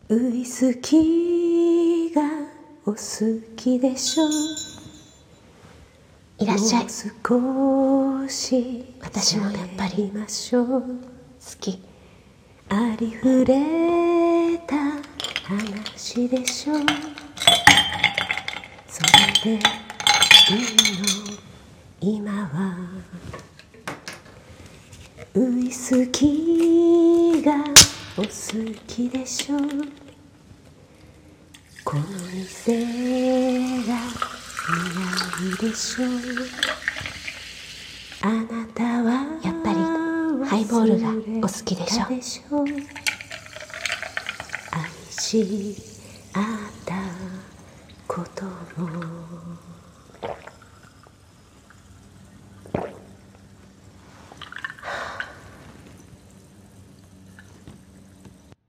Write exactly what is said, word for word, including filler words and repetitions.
ウイスキーがお好きでしょう。 いらっしゃい。 もう少し私もやっぱり喋ましょう。 好き。 ありふれた話でしょう。それでいいの今は。ウイスキーがお好きでしょう。この店が似合うでしょう。あなたはやっぱりハイボールがお好きでしょ。 でしょう。愛し合ったことも